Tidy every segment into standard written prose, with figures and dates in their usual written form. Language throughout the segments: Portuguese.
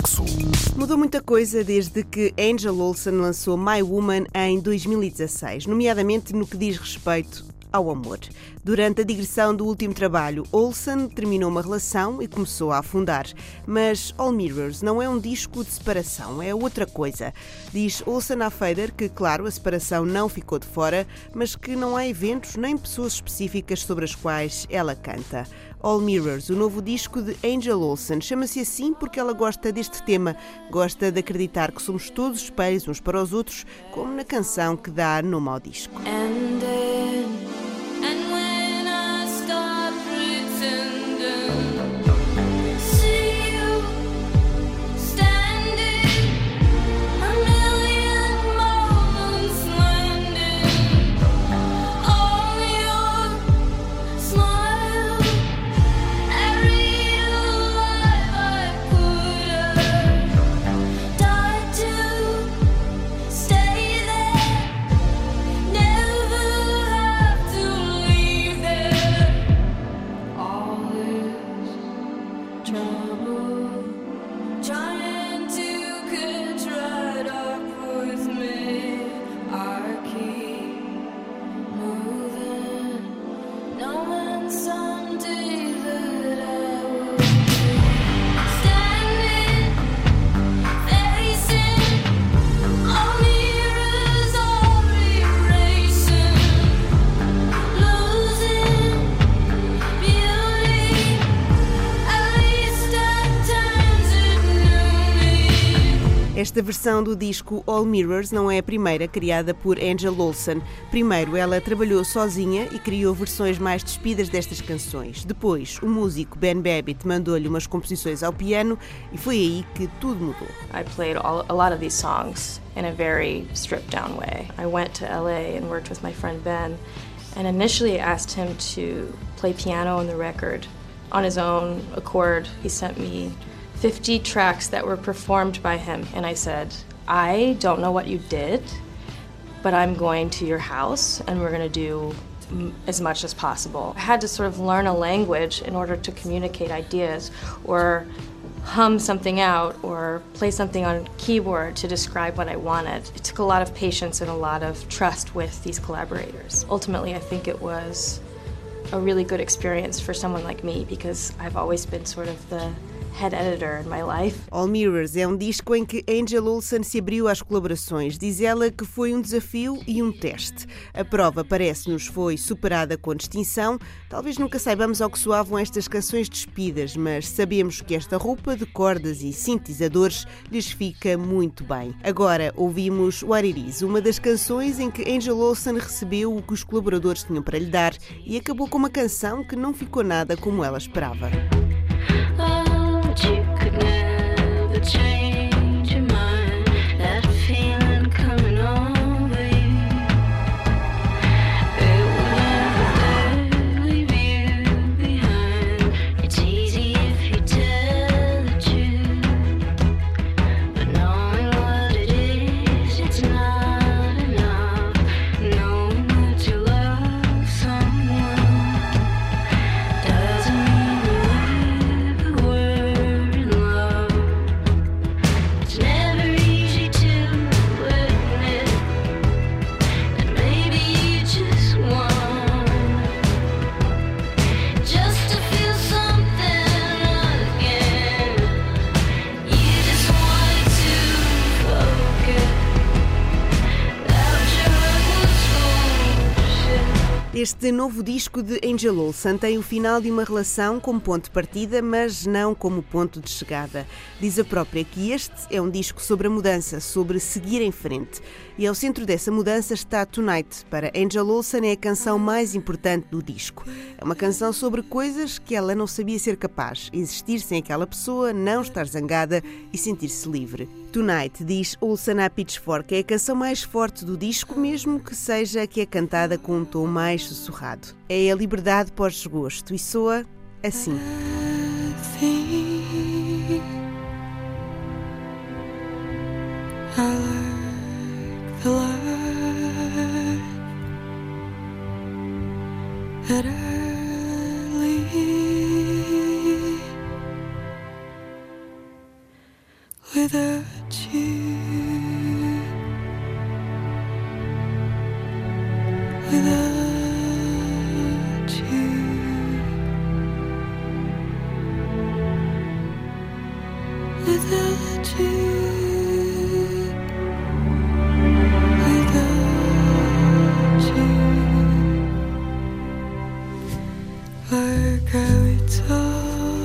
Complexo. Mudou muita coisa desde que Angel Olsen lançou My Woman em 2016, nomeadamente no que diz respeito ao amor. Durante a digressão do último trabalho, Olsen terminou uma relação e começou a afundar. Mas All Mirrors não é um disco de separação, é outra coisa. Diz Olsen à Fader que, claro, a separação não ficou de fora, mas que não há eventos nem pessoas específicas sobre as quais ela canta. All Mirrors, o novo disco de Angel Olsen, chama-se assim porque ela gosta deste tema, gosta de acreditar que somos todos espelhos uns para os outros, como na canção que dá nome ao disco. Esta versão do disco All Mirrors não é a primeira criada por Angel Olsen. Primeiro, ela trabalhou sozinha e criou versões mais despidas destas canções. Depois, o músico Ben Babbitt mandou-lhe umas composições ao piano e foi aí que tudo mudou. I played a lot of these songs in a very stripped down way. I went to LA and worked with my friend Ben, and initially I asked him to play piano on the record on his own accord. He sent me 50 tracks that were performed by him, and I said, I don't know what you did, but I'm going to your house and we're going to do as much as possible. I had to sort of learn a language in order to communicate ideas or hum something out or play something on keyboard to describe what I wanted. It took a lot of patience and a lot of trust with these collaborators. Ultimately, I think it was a really good experience for someone like me because I've always been sort of the head editor in my life. All Mirrors é um disco em que Angel Olsen se abriu às colaborações. Diz ela que foi um desafio e um teste. A prova, parece-nos, foi superada com distinção. Talvez nunca saibamos ao que soavam estas canções despidas, mas sabemos que esta roupa de cordas e sintetizadores lhes fica muito bem. Agora ouvimos What It Is, uma das canções em que Angel Olsen recebeu o que os colaboradores tinham para lhe dar e acabou com uma canção que não ficou nada como ela esperava. You could never change your mind. That feeling coming over you, it will never leave you behind. It's easy if you tell the truth, but knowing what it is, it's not enough. Knowing that you love someone doesn't mean the word love. It's never easy to admit that maybe you just want just to feel something again. You just wanted to forget that your heart was full. Este novo disco de Angel Olsen tem o final de uma relação como ponto de partida, mas não como ponto de chegada. Diz a própria que este é um disco sobre a mudança, sobre seguir em frente. E ao centro dessa mudança está Tonight. Para Angel Olsen é a canção mais importante do disco. É uma canção sobre coisas que ela não sabia ser capaz. Existir sem aquela pessoa, não estar zangada e sentir-se livre. Tonight, diz Olsen à Pitchfork, é a canção mais forte do disco, mesmo que seja a que é cantada com um tom mais sussurrado. É a liberdade pós-desgosto e soa assim. I like the life that I lead. without you, without you, without you, without you, like how we talk.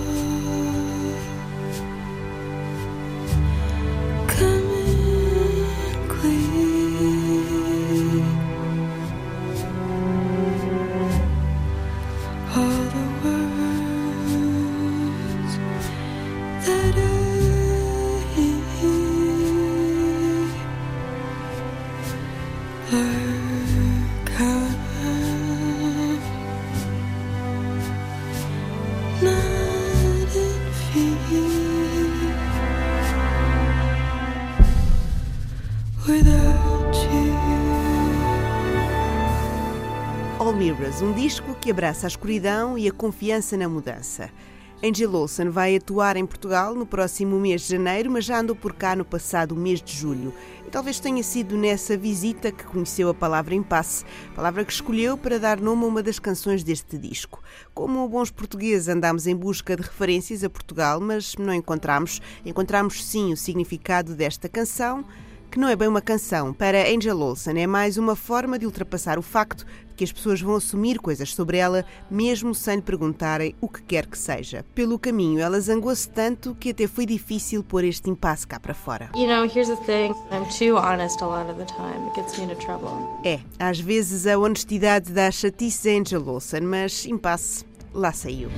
All Mirrors, um disco que abraça a escuridão e a confiança na mudança. Angel Olsen vai atuar em Portugal no próximo mês de janeiro, mas já andou por cá no passado mês de julho. E talvez tenha sido nessa visita que conheceu a palavra impasse, palavra que escolheu para dar nome a uma das canções deste disco. Como bons portugueses andámos em busca de referências a Portugal, mas não encontramos. Encontramos sim o significado desta canção, que não é bem uma canção. Para Angel Olsen é mais uma forma de ultrapassar o facto de que as pessoas vão assumir coisas sobre ela, mesmo sem lhe perguntarem o que quer que seja. Pelo caminho, ela zangou-se tanto que até foi difícil pôr este impasse cá para fora. You know, here's the thing. I'm too honest a lot of the time. It gets me into trouble. É, às vezes a honestidade dá chatice a Angel Olsen, mas impasse, lá saiu.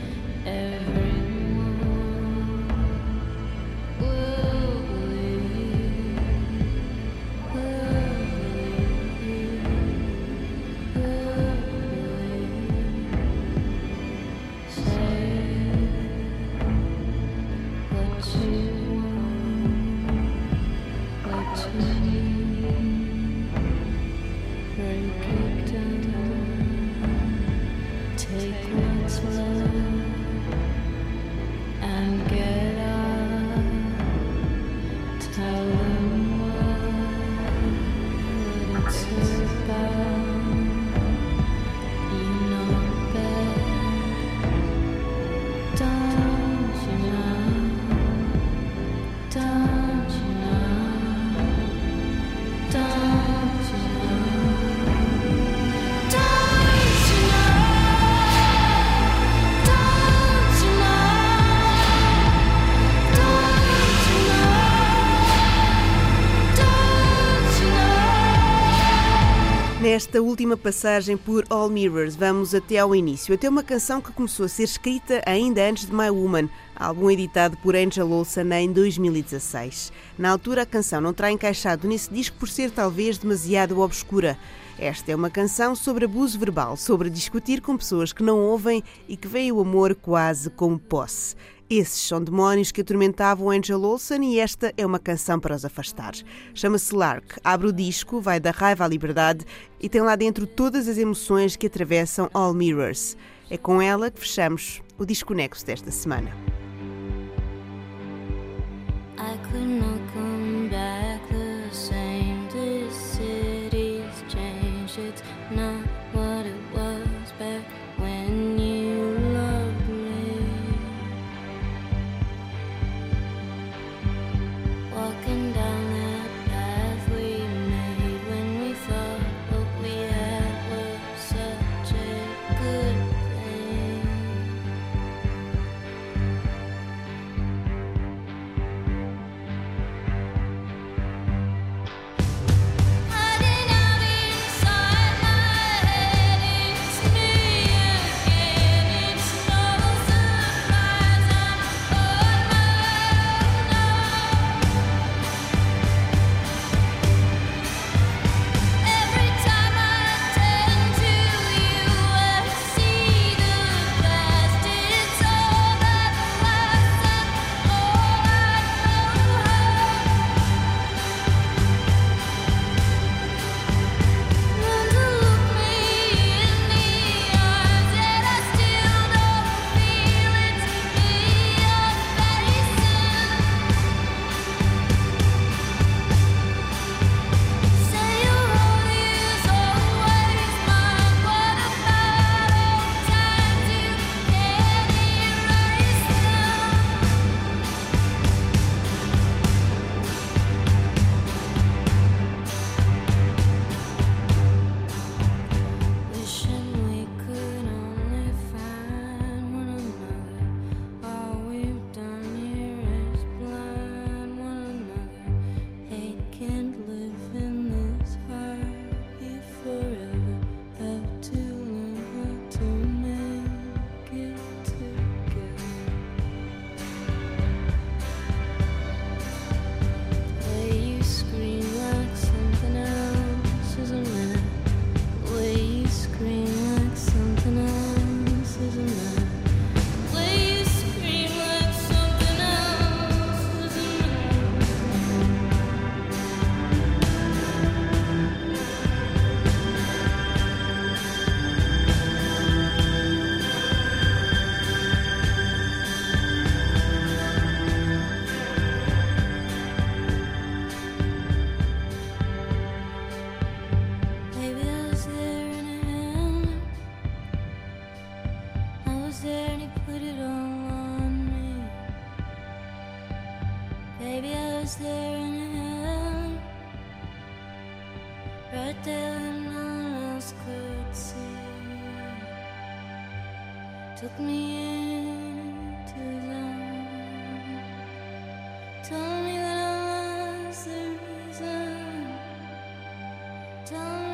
Nesta última passagem por All Mirrors, vamos até ao início, até uma canção que começou a ser escrita ainda antes de My Woman, álbum editado por Angel Olsen em 2016. Na altura, a canção não terá encaixado nesse disco por ser talvez demasiado obscura. Esta é uma canção sobre abuso verbal, sobre discutir com pessoas que não ouvem e que veem o amor quase como posse. Esses são demónios que atormentavam Angel Olsen e esta é uma canção para os afastar. Chama-se Lark, abre o disco, vai da raiva à liberdade e tem lá dentro todas as emoções que atravessam All Mirrors. É com ela que fechamos o Desconexo desta semana. I could not come back the same. This city's changed. It's not what it was back when you loved me. Walking down that path we made when we thought what we had was such a good thing. Baby, I was there in heaven, right there when no one else could see. Took me into his arms, told me that I was the reason, told me